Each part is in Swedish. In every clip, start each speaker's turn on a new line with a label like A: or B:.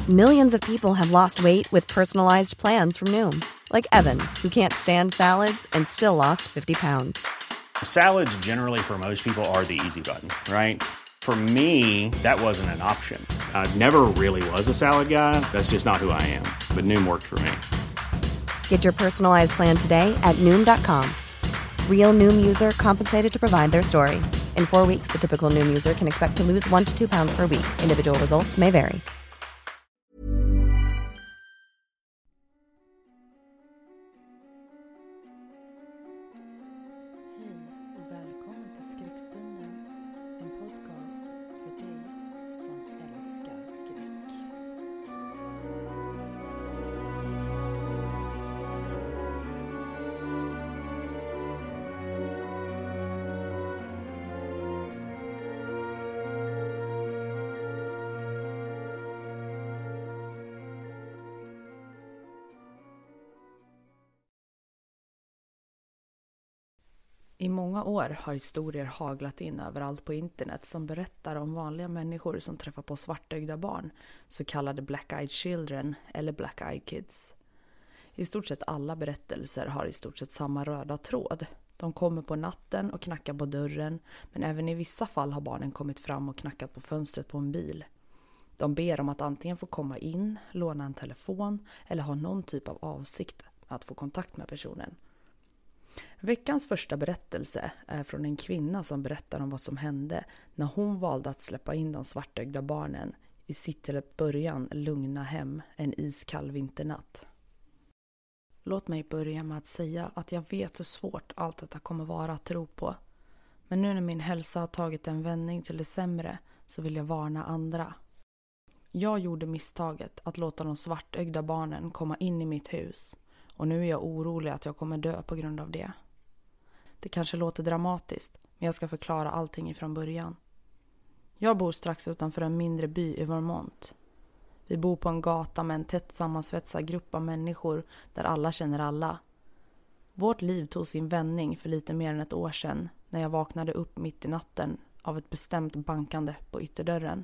A: Millions of people have lost weight with personalized plans from Noom. Like Evan, who can't stand salads and still lost 50 pounds.
B: Salads generally for most people are the easy button, right? For me, that wasn't an option. I never really was a salad guy. That's just not who I am. But Noom worked for me.
A: Get your personalized plan today at Noom.com. Real Noom user compensated to provide their story. In 4 weeks, the typical Noom user can expect to lose 1 to 2 pounds per week. Individual results may vary.
C: Hej och välkommen till Skräckstunden, en podcast för dig som älskar skräck. I många år har historier haglat in överallt på internet som berättar om vanliga människor som träffar på svartögda barn, så kallade black-eyed children eller black-eyed kids. I stort sett alla berättelser har i stort sett samma röda tråd. De kommer på natten och knackar på dörren, men även i vissa fall har barnen kommit fram och knackat på fönstret på en bil. De ber om att antingen få komma in, låna en telefon eller ha någon typ av avsikt att få kontakt med personen. Veckans första berättelse är från en kvinna som berättar om vad som hände när hon valde att släppa in de svartögda barnen i sitt till början lugna hem en iskall vinternatt. Låt mig börja med att säga att jag vet hur svårt allt detta kommer vara att tro på. Men nu när min hälsa har tagit en vändning till det sämre så vill jag varna andra. Jag gjorde misstaget att låta de svartögda barnen komma in i mitt hus. Och nu är jag orolig att jag kommer dö på grund av det. Det kanske låter dramatiskt, men jag ska förklara allting ifrån början. Jag bor strax utanför en mindre by i Vermont. Vi bor på en gata med en tätt sammansvetsad grupp av människor där alla känner alla. Vårt liv tog sin vändning för lite mer än ett år sedan när jag vaknade upp mitt i natten av ett bestämt bankande på ytterdörren.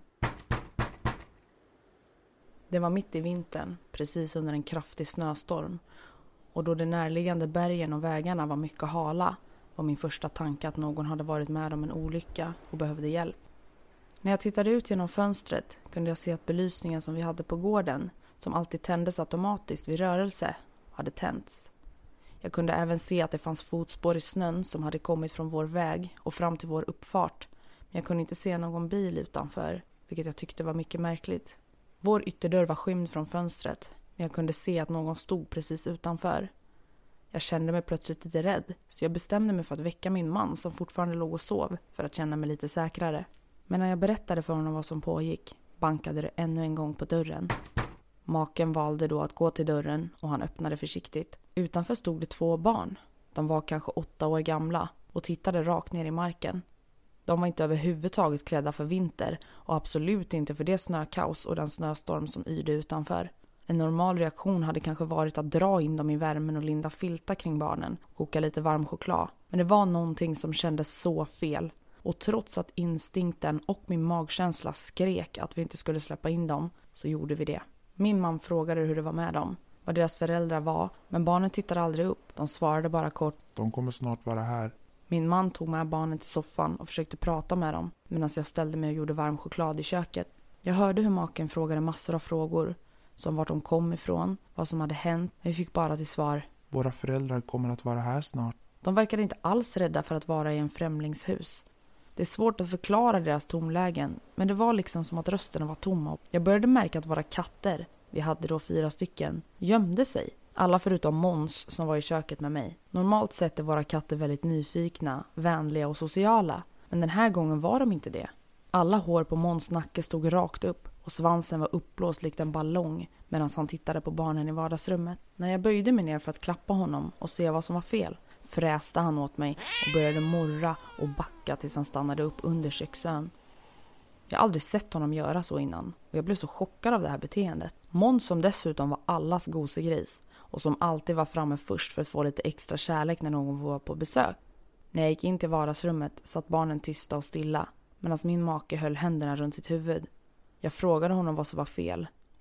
C: Det var mitt i vintern, precis under en kraftig snöstorm. Och då de närliggande bergen och vägarna var mycket hala var min första tanke att någon hade varit med om en olycka och behövde hjälp. När jag tittade ut genom fönstret kunde jag se att belysningen som vi hade på gården, som alltid tändes automatiskt vid rörelse, hade tänts. Jag kunde även se att det fanns fotspår i snön som hade kommit från vår väg och fram till vår uppfart, men jag kunde inte se någon bil utanför, vilket jag tyckte var mycket märkligt. Vår ytterdörr var skymd från fönstret, men jag kunde se att någon stod precis utanför. Jag kände mig plötsligt lite rädd, så jag bestämde mig för att väcka min man som fortfarande låg och sov för att känna mig lite säkrare. Men när jag berättade för honom vad som pågick bankade det ännu en gång på dörren. Maken valde då att gå till dörren och han öppnade försiktigt. Utanför stod det 2 barn. De var kanske 8 år gamla och tittade rakt ner i marken. De var inte överhuvudtaget klädda för vinter och absolut inte för det snökaos och den snöstorm som yrde utanför. En normal reaktion hade kanske varit att dra in dem i värmen och linda filtar kring barnen och koka lite varm choklad. Men det var någonting som kändes så fel. Och trots att instinkten och min magkänsla skrek att vi inte skulle släppa in dem, så gjorde vi det. Min man frågade hur det var med dem, vad deras föräldrar var, men barnen tittade aldrig upp. De svarade bara kort:
D: "De kommer snart vara här."
C: Min man tog med barnen till soffan och försökte prata med dem medan jag ställde mig och gjorde varm choklad i köket. Jag hörde hur maken frågade massor av frågor, som vart de kom ifrån, vad som hade hänt, men vi fick bara till svar:
D: "Våra föräldrar kommer att vara här snart."
C: De verkade inte alls rädda för att vara i en främlingshus. Det är svårt att förklara deras tomlägen, men det var liksom som att rösterna var tomma. Jag började märka att våra katter, vi hade då 4 stycken, gömde sig. Alla förutom Måns som var i köket med mig. Normalt sett är våra katter väldigt nyfikna, vänliga och sociala, men den här gången var de inte det. Alla hår på Måns nacke stod rakt upp och svansen var uppblåst likt en ballong medan han tittade på barnen i vardagsrummet. När jag böjde mig ner för att klappa honom och se vad som var fel, fräste han åt mig och började morra och backa tills han stannade upp under köksön. Jag har aldrig sett honom göra så innan och jag blev så chockad av det här beteendet. Måns, som dessutom var allas gosegris och som alltid var framme först för att få lite extra kärlek när någon var på besök. När jag gick in till vardagsrummet satt barnen tysta och stilla medan min make höll händerna runt sitt huvud. Jag frågade honom vad som var fel och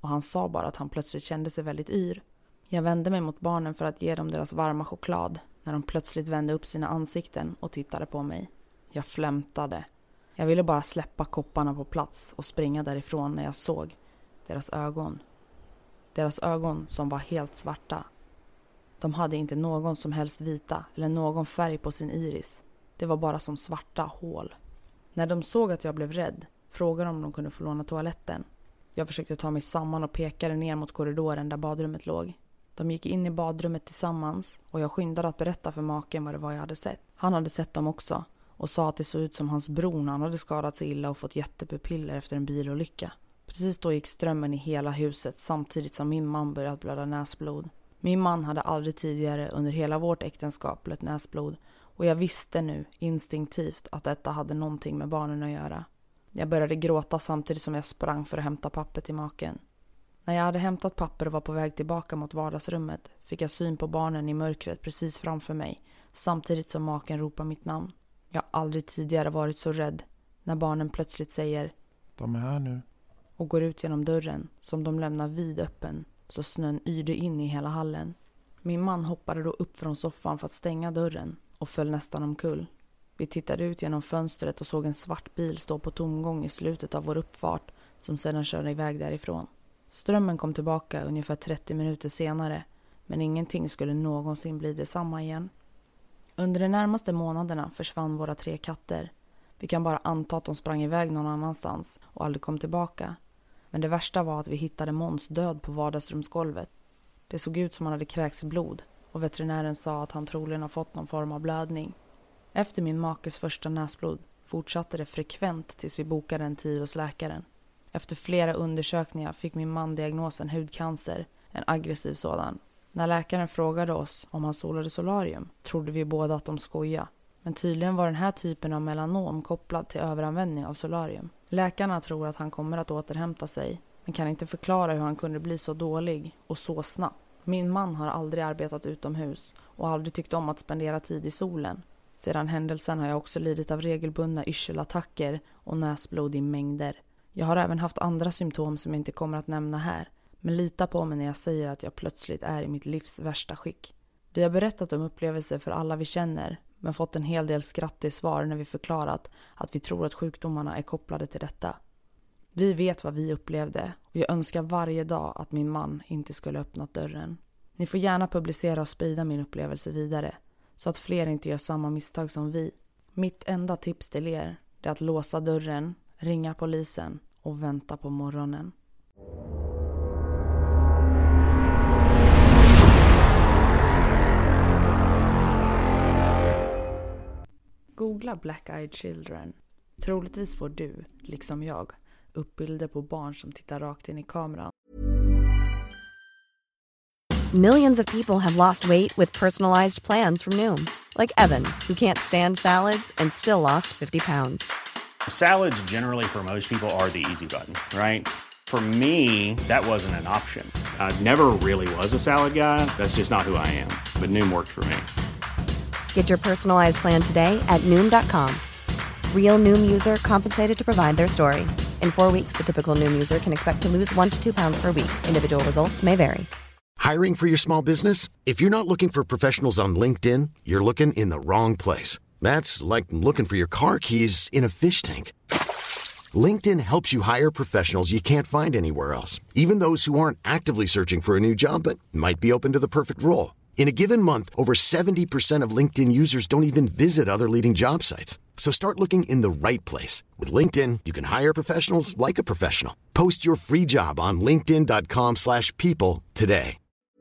C: och han sa bara att han plötsligt kände sig väldigt yr. Jag vände mig mot barnen för att ge dem deras varma choklad när de plötsligt vände upp sina ansikten och tittade på mig. Jag flämtade. Jag ville bara släppa kopparna på plats och springa därifrån när jag såg deras ögon. Deras ögon som var helt svarta. De hade inte någon som helst vita eller någon färg på sin iris. Det var bara som svarta hål. När de såg att jag blev rädd frågade de om de kunde få låna toaletten. Jag försökte ta mig samman och pekade ner mot korridoren där badrummet låg. De gick in i badrummet tillsammans och jag skyndade att berätta för maken vad det var jag hade sett. Han hade sett dem också och sa att det såg ut som hans bror när han hade skadat sig illa och fått jättepupiller efter en bilolycka. Precis då gick strömmen i hela huset samtidigt som min man började blöda näsblod. Min man hade aldrig tidigare under hela vårt äktenskap blött näsblod och jag visste nu instinktivt att detta hade någonting med barnen att göra. Jag började gråta samtidigt som jag sprang för att hämta papper till maken. När jag hade hämtat papper och var på väg tillbaka mot vardagsrummet fick jag syn på barnen i mörkret precis framför mig samtidigt som maken ropade mitt namn. Jag har aldrig tidigare varit så rädd när barnen plötsligt säger
D: De är här nu.
C: Och går ut genom dörren som de lämnar vid öppen så snön yrde in i hela hallen. Min man hoppade då upp från soffan för att stänga dörren och föll nästan omkull. Vi tittade ut genom fönstret och såg en svart bil stå på tomgång i slutet av vår uppfart som sedan körde iväg därifrån. Strömmen kom tillbaka ungefär 30 minuter senare men ingenting skulle någonsin bli detsamma igen. Under de närmaste månaderna försvann våra 3 katter. Vi kan bara anta att de sprang iväg någon annanstans och aldrig kom tillbaka. Men det värsta var att vi hittade Måns död på vardagsrumsgolvet. Det såg ut som han hade kräkts blod och veterinären sa att han troligen har fått någon form av blödning. Efter min makes första näsblod fortsatte det frekvent tills vi bokade en tid hos läkaren. Efter flera undersökningar fick min man diagnosen hudcancer, en aggressiv sådan. När läkaren frågade oss om han solade solarium trodde vi båda att de skojade. Men tydligen var den här typen av melanom kopplad till överanvändning av solarium. Läkarna tror att han kommer att återhämta sig men kan inte förklara hur han kunde bli så dålig och så snabbt. Min man har aldrig arbetat utomhus och aldrig tyckt om att spendera tid i solen. Sedan händelsen har jag också lidit av regelbundna yrselattacker och näsblod i mängder. Jag har även haft andra symptom som jag inte kommer att nämna här. Men lita på mig när jag säger att jag plötsligt är i mitt livs värsta skick. Vi har berättat om upplevelser för alla vi känner men fått en hel del skratt i svar när vi förklarat att vi tror att sjukdomarna är kopplade till detta. Vi vet vad vi upplevde och jag önskar varje dag att min man inte skulle öppnat dörren. Ni får gärna publicera och sprida min upplevelse vidare så att fler inte gör samma misstag som vi. Mitt enda tips till er är att låsa dörren, ringa polisen och vänta på morgonen. Googla Black Eyed Children. Troligtvis får du, liksom jag, upp bilder på barn som tittar rakt in i kameran.
A: Millions of people have lost weight with personalized plans from Noom. Like Evan, who can't stand salads and still lost 50 pounds.
B: Salads generally for most people are the easy button, right? For me, that wasn't an option. I never really was a salad guy. That's just not who I am. But Noom worked for me.
A: Get your personalized plan today at Noom.com. Real Noom user compensated to provide their story. In 4 weeks, the typical Noom user can expect to lose 1 to 2 pounds per week. Individual results may vary.
E: Hiring for your small business? If you're not looking for professionals on LinkedIn, you're looking in the wrong place. That's like looking for your car keys in a fish tank. LinkedIn helps you hire professionals you can't find anywhere else, even those who aren't actively searching for a new job but might be open to the perfect role. In a given month, over 70% of LinkedIn users don't even visit other leading job sites. So start looking in the right place. With LinkedIn, you can hire professionals like a professional. Post your free job on linkedin.com/people today.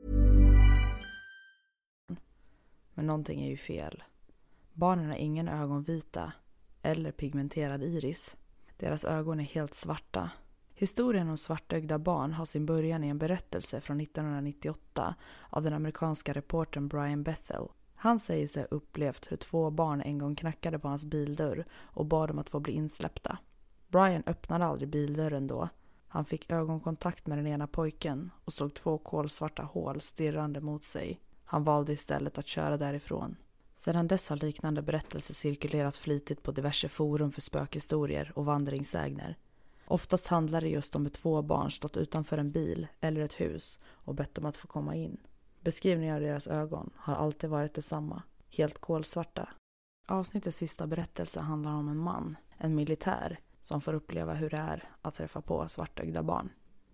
C: Men någonting är ju fel. Barnen har ingen ögonvita eller pigmenterad iris. Deras ögon är helt svarta. Historien om svartögda barn har sin början i en berättelse från 1998 av den amerikanska reportern Brian Bethel. Han säger sig ha upplevt hur 2 barn en gång knackade på hans bildörr och bad om att få bli insläppta. Brian öppnade aldrig bildörren då. Han fick ögonkontakt med den ena pojken och såg 2 kolsvarta hål stirrande mot sig. Han valde istället att köra därifrån. Sedan dess har liknande berättelser cirkulerat flitigt på diverse forum för spökhistorier och vandringssägner. Oftast handlar det just om hur 2 barn stått utanför en bil eller ett hus och bett om att få komma in. Beskrivningen av deras ögon har alltid varit detsamma, helt kolsvarta. Avsnittets sista berättelse handlar om en man, en militär, som får uppleva hur det är att träffa på svartögda barn.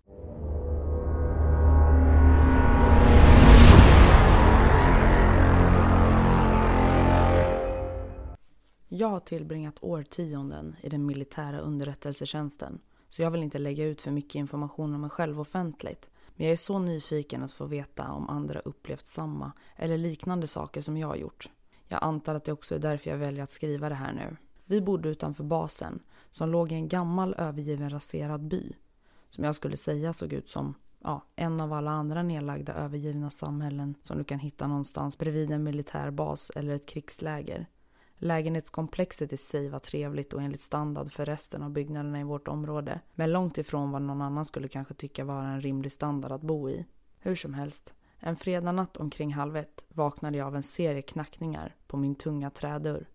C: Jag har tillbringat årtionden i den militära underrättelsetjänsten, så jag vill inte lägga ut för mycket information om mig själv offentligt. Men jag är så nyfiken att få veta om andra upplevt samma eller liknande saker som jag har gjort. Jag antar att det också är därför jag väljer att skriva det här nu. Vi bodde utanför basen, som låg i en gammal övergiven raserad by. Som jag skulle säga såg ut som en av alla andra nedlagda övergivna samhällen som du kan hitta någonstans bredvid en militärbas eller ett krigsläger. Lägenhetskomplexet i sig var trevligt och enligt standard för resten av byggnaderna i vårt område, men långt ifrån vad någon annan skulle kanske tycka vara en rimlig standard att bo i. Hur som helst, en fredagsnatt omkring 12:30 vaknade jag av en serie knackningar på min tunga trädörr.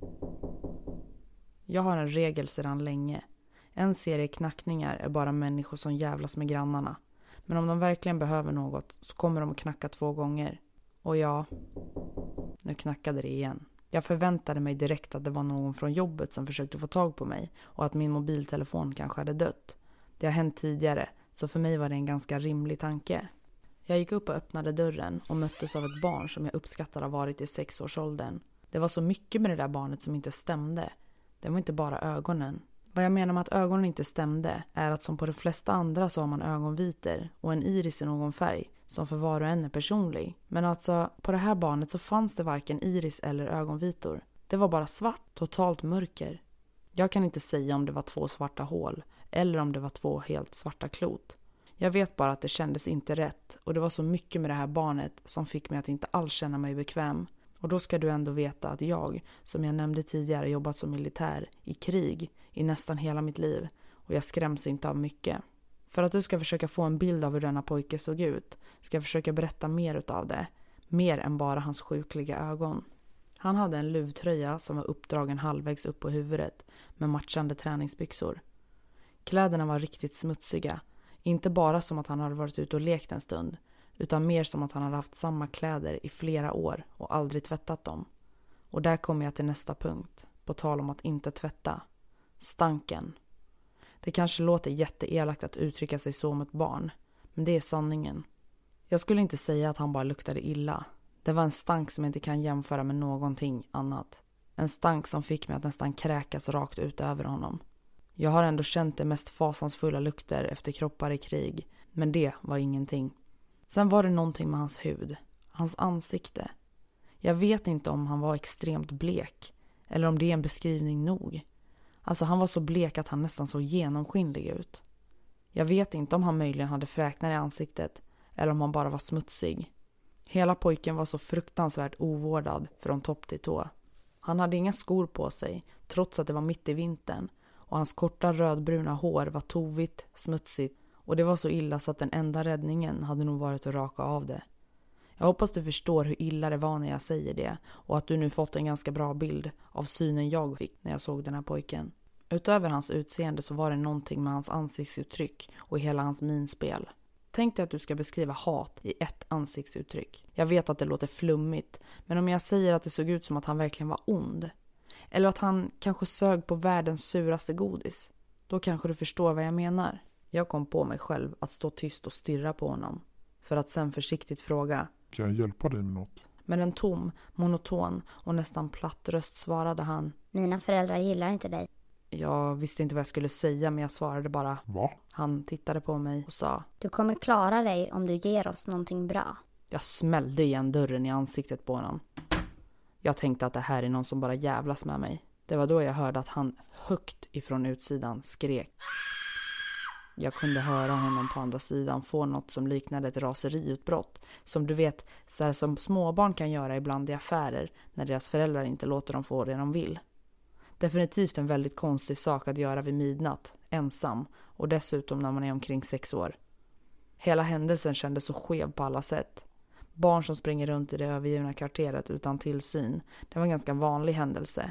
C: Jag har en regel sedan länge. En serie knackningar är bara människor som jävlas med grannarna. Men om de verkligen behöver något så kommer de att knacka 2 gånger. Och nu knackade det igen. Jag förväntade mig direkt att det var någon från jobbet som försökte få tag på mig och att min mobiltelefon kanske hade dött. Det har hänt tidigare, så för mig var det en ganska rimlig tanke. Jag gick upp och öppnade dörren och möttes av ett barn som jag uppskattar har varit i 6-årsåldern. Det var så mycket med det där barnet som inte stämde. Det var inte bara ögonen. Vad jag menar med att ögonen inte stämde är att som på de flesta andra så har man ögonvitor och en iris i någon färg som för var och en är personlig. Men alltså på det här barnet så fanns det varken iris eller ögonvitor. Det var bara svart, totalt mörker. Jag kan inte säga om det var 2 svarta hål eller om det var 2 helt svarta klot. Jag vet bara att det kändes inte rätt och det var så mycket med det här barnet som fick mig att inte alls känna mig bekväm. Och då ska du ändå veta att jag, som jag nämnde tidigare, jobbat som militär i krig i nästan hela mitt liv och jag skräms inte av mycket. För att du ska försöka få en bild av hur denna pojke såg ut ska jag försöka berätta mer utav det, mer än bara hans sjukliga ögon. Han hade en luvtröja som var uppdragen halvvägs upp på huvudet med matchande träningsbyxor. Kläderna var riktigt smutsiga, inte bara som att han hade varit ute och lekt en stund, utan mer som att han hade haft samma kläder i flera år och aldrig tvättat dem. Och där kommer jag till nästa punkt, på tal om att inte tvätta. Stanken. Det kanske låter jätteelakt att uttrycka sig så om ett barn, men det är sanningen. Jag skulle inte säga att han bara luktade illa. Det var en stank som jag inte kan jämföra med någonting annat. En stank som fick mig att nästan kräkas rakt ut över honom. Jag har ändå känt de mest fasansfulla lukter efter kroppar i krig, men det var ingenting. Sen var det någonting med hans hud, hans ansikte. Jag vet inte om han var extremt blek, eller om det är en beskrivning nog. Alltså han var så blek att han nästan såg genomskinlig ut. Jag vet inte om han möjligen hade fräknar i ansiktet, eller om han bara var smutsig. Hela pojken var så fruktansvärt ovårdad från topp till tå. Han hade inga skor på sig, trots att det var mitt i vintern, och hans korta rödbruna hår var tovigt, smutsigt, och det var så illa så att den enda räddningen hade nog varit att raka av det. Jag hoppas du förstår hur illa det var när jag säger det och att du nu fått en ganska bra bild av synen jag fick när jag såg den här pojken. Utöver hans utseende så var det någonting med hans ansiktsuttryck och hela hans minspel. Tänk dig att du ska beskriva hat i ett ansiktsuttryck. Jag vet att det låter flummigt, men om jag säger att det såg ut som att han verkligen var ond, eller att han kanske sög på världens suraste godis, då kanske du förstår vad jag menar. Jag kom på mig själv att stå tyst och stirra på honom, för att sen försiktigt fråga:
D: Kan jag hjälpa dig med något?
C: Med en tom, monoton och nästan platt röst svarade han:
F: Mina föräldrar gillar inte dig.
C: Jag visste inte vad jag skulle säga, men jag svarade bara:
D: Va?
C: Han tittade på mig och sa:
F: Du kommer klara dig om du ger oss någonting bra.
C: Jag smällde igen dörren i ansiktet på honom. Jag tänkte att det här är någon som bara jävlas med mig. Det var då jag hörde att han högt ifrån utsidan skrek. Jag kunde höra honom på andra sidan få något som liknade ett raseriutbrott. Som du vet, så här som småbarn kan göra ibland i affärer när deras föräldrar inte låter dem få det de vill. Definitivt en väldigt konstig sak att göra vid midnatt, ensam, och dessutom när man är omkring 6 år. Hela händelsen kändes så skev på alla sätt. Barn som springer runt i det övergivna kvarteret utan tillsyn, det var en ganska vanlig händelse.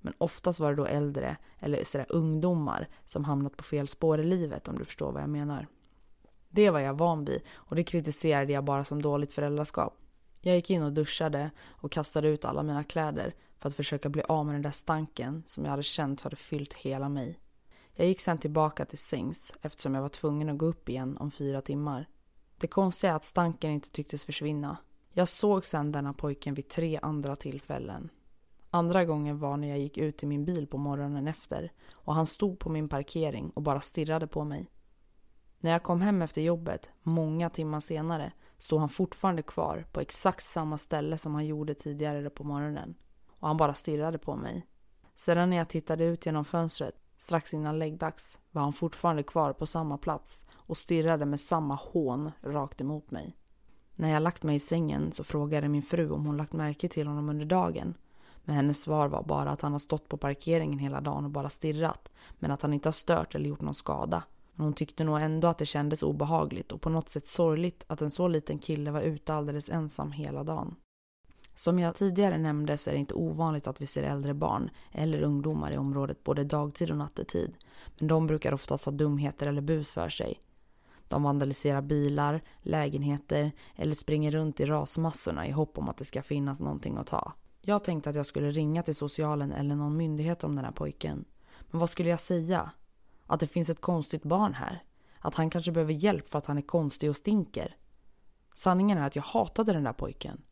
C: Men oftast var det då äldre eller sådär ungdomar som hamnat på fel spår i livet, om du förstår vad jag menar. Det var jag van vid och det kritiserade jag bara som dåligt föräldraskap. Jag gick in och duschade och kastade ut alla mina kläder för att försöka bli av med den där stanken som jag hade känt hade fyllt hela mig. Jag gick sedan tillbaka till sängs eftersom jag var tvungen att gå upp igen om 4 timmar. Det konstiga är att stanken inte tycktes försvinna. Jag såg sedan denna pojken vid 3 andra tillfällen. Andra gången var när jag gick ut till min bil på morgonen efter och han stod på min parkering och bara stirrade på mig. När jag kom hem efter jobbet, många timmar senare, stod han fortfarande kvar på exakt samma ställe som han gjorde tidigare på morgonen. Och han bara stirrade på mig. Sedan när jag tittade ut genom fönstret, strax innan läggdags, var han fortfarande kvar på samma plats och stirrade med samma hån rakt emot mig. När jag lagt mig i sängen så frågade min fru om hon lagt märke till honom under dagen. Men hennes svar var bara att han har stått på parkeringen hela dagen och bara stirrat, men att han inte har stört eller gjort någon skada. Men hon tyckte nog ändå att det kändes obehagligt och på något sätt sorgligt att en så liten kille var ute alldeles ensam hela dagen. Som jag tidigare nämnde så är det inte ovanligt att vi ser äldre barn eller ungdomar i området både dagtid och nattetid. Men de brukar oftast ha dumheter eller bus för sig. De vandaliserar bilar, lägenheter eller springer runt i rasmassorna i hopp om att det ska finnas någonting att ta. Jag tänkte att jag skulle ringa till socialen eller någon myndighet om den här pojken. Men vad skulle jag säga? Att det finns ett konstigt barn här. Att han kanske behöver hjälp för att han är konstig och stinker. Sanningen är att jag hatade den där pojken.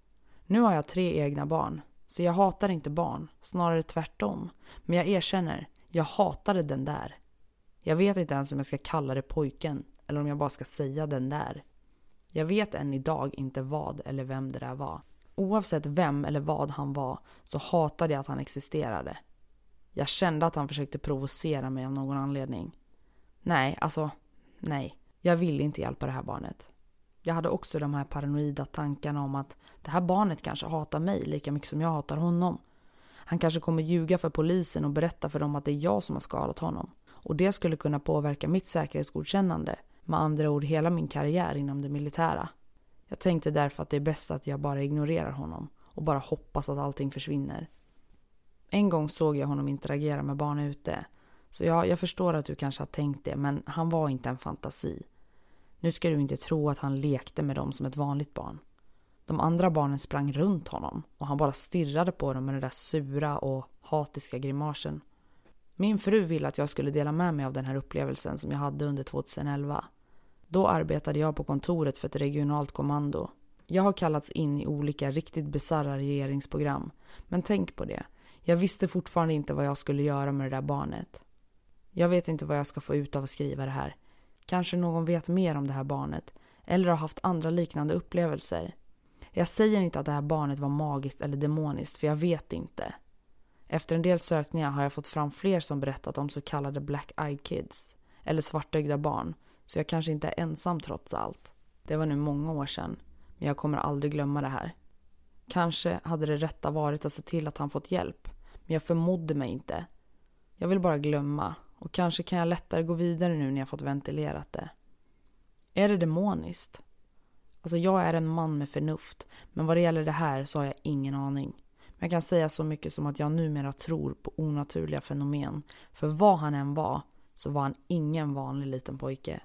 C: Nu har jag 3 egna barn. Så jag hatar inte barn. Snarare tvärtom. Men jag erkänner. Jag hatade den där. Jag vet inte ens om jag ska kalla det pojken. Eller om jag bara ska säga den där. Jag vet än idag inte vad eller vem det där var. Oavsett vem eller vad han var så hatade jag att han existerade. Jag kände att han försökte provocera mig av någon anledning. Nej. Jag ville inte hjälpa det här barnet. Jag hade också de här paranoida tankarna om att det här barnet kanske hatar mig lika mycket som jag hatar honom. Han kanske kommer ljuga för polisen och berätta för dem att det är jag som har skadat honom. Och det skulle kunna påverka mitt säkerhetsgodkännande, med andra ord hela min karriär inom det militära. Jag tänkte därför att det är bäst att jag bara ignorerar honom och bara hoppas att allting försvinner. En gång såg jag honom interagera med barn ute. Så jag förstår att du kanske har tänkt det, men han var inte en fantasi. Nu ska du inte tro att han lekte med dem som ett vanligt barn. De andra barnen sprang runt honom och han bara stirrade på dem med den där sura och hatiska grimasen. Min fru ville att jag skulle dela med mig av den här upplevelsen som jag hade under 2011. Då arbetade jag på kontoret för ett regionalt kommando. Jag har kallats in i olika riktigt bizarra regeringsprogram. Men tänk på det. Jag visste fortfarande inte vad jag skulle göra med det där barnet. Jag vet inte vad jag ska få ut av att skriva det här. Kanske någon vet mer om det här barnet. Eller har haft andra liknande upplevelser. Jag säger inte att det här barnet var magiskt eller demoniskt, för jag vet inte. Efter en del sökningar har jag fått fram fler som berättat om så kallade black-eyed kids. Eller svartögda barn. Så jag kanske inte är ensam trots allt. Det var nu många år sedan. Men jag kommer aldrig glömma det här. Kanske hade det rätta varit att se till att han fått hjälp. Men jag förmådde mig inte. Jag vill bara glömma. Och kanske kan jag lättare gå vidare nu när jag fått ventilerat det. Är det demoniskt? Alltså jag är en man med förnuft. Men vad det gäller det här så har jag ingen aning. Men jag kan säga så mycket som att jag numera tror på onaturliga fenomen. För vad han än var så var han ingen vanlig liten pojke.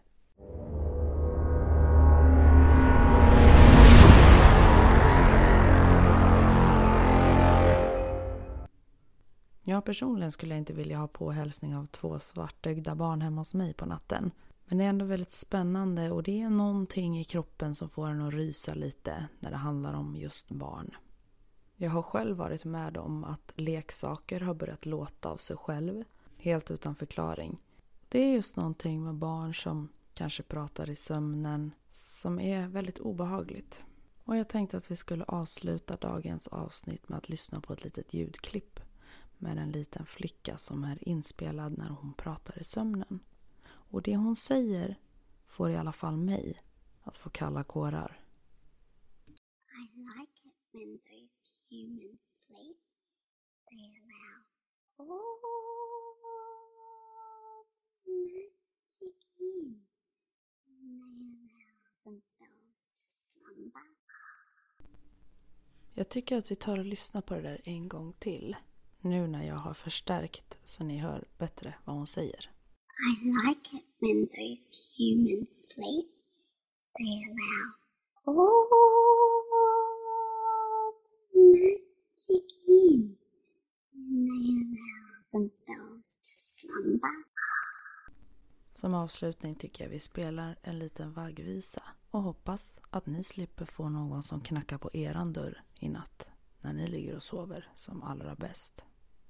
C: Jag personligen skulle inte vilja ha påhälsning av 2 svartögda barn hemma hos mig på natten. Men det är ändå väldigt spännande och det är någonting i kroppen som får en att rysa lite när det handlar om just barn. Jag har själv varit med om att leksaker har börjat låta av sig själv, helt utan förklaring. Det är just någonting med barn som kanske pratar i sömnen som är väldigt obehagligt. Och jag tänkte att vi skulle avsluta dagens avsnitt med att lyssna på ett litet ljudklipp med en liten flicka som är inspelad när hon pratar i sömnen. Och det hon säger får i alla fall mig att få kalla kårar.
G: I like it when those humans sleep. They allow all magic in. And they allow themselves to slumber.
C: Jag tycker att vi tar och lyssnar på det där en gång till. nu när jag har förstärkt så ni hör bättre vad hon säger.
G: I like it when those humans sleep. They allow all magic in. And they allow themselves to slumber.
C: Som avslutning tycker jag vi spelar en liten vaggvisa och hoppas att ni slipper få någon som knackar på eran dörr i natt när ni ligger och sover som allra bäst.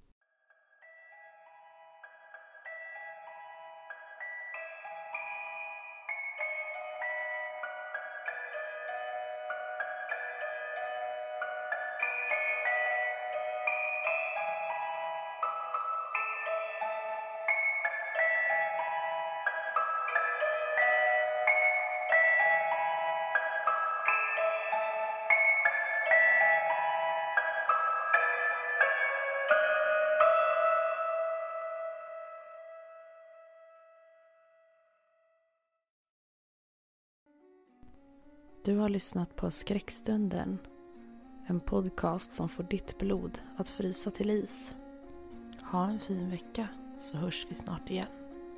C: Du har lyssnat på Skräckstunden, en podcast som får ditt blod att frysa till is. Ha en fin vecka så hörs vi snart igen.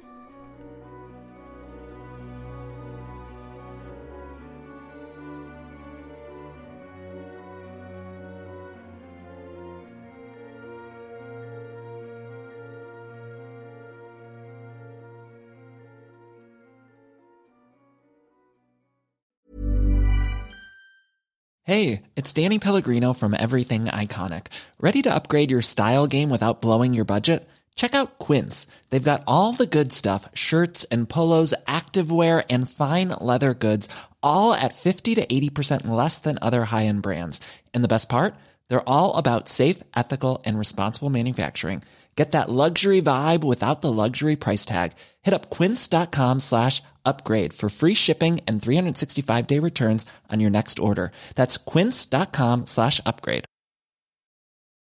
H: Hey, it's Danny Pellegrino from Everything Iconic. Ready to upgrade your style game without blowing your budget? Check out Quince. They've got all the good stuff, shirts and polos, activewear, and fine leather goods, all at 50 to 80% less than other high-end brands. And the best part? They're all about safe, ethical, and responsible manufacturing. Get that luxury vibe without the luxury price tag. Hit up quince.com/upgrade for free shipping and 365-day returns on your next order. That's quince.com/upgrade.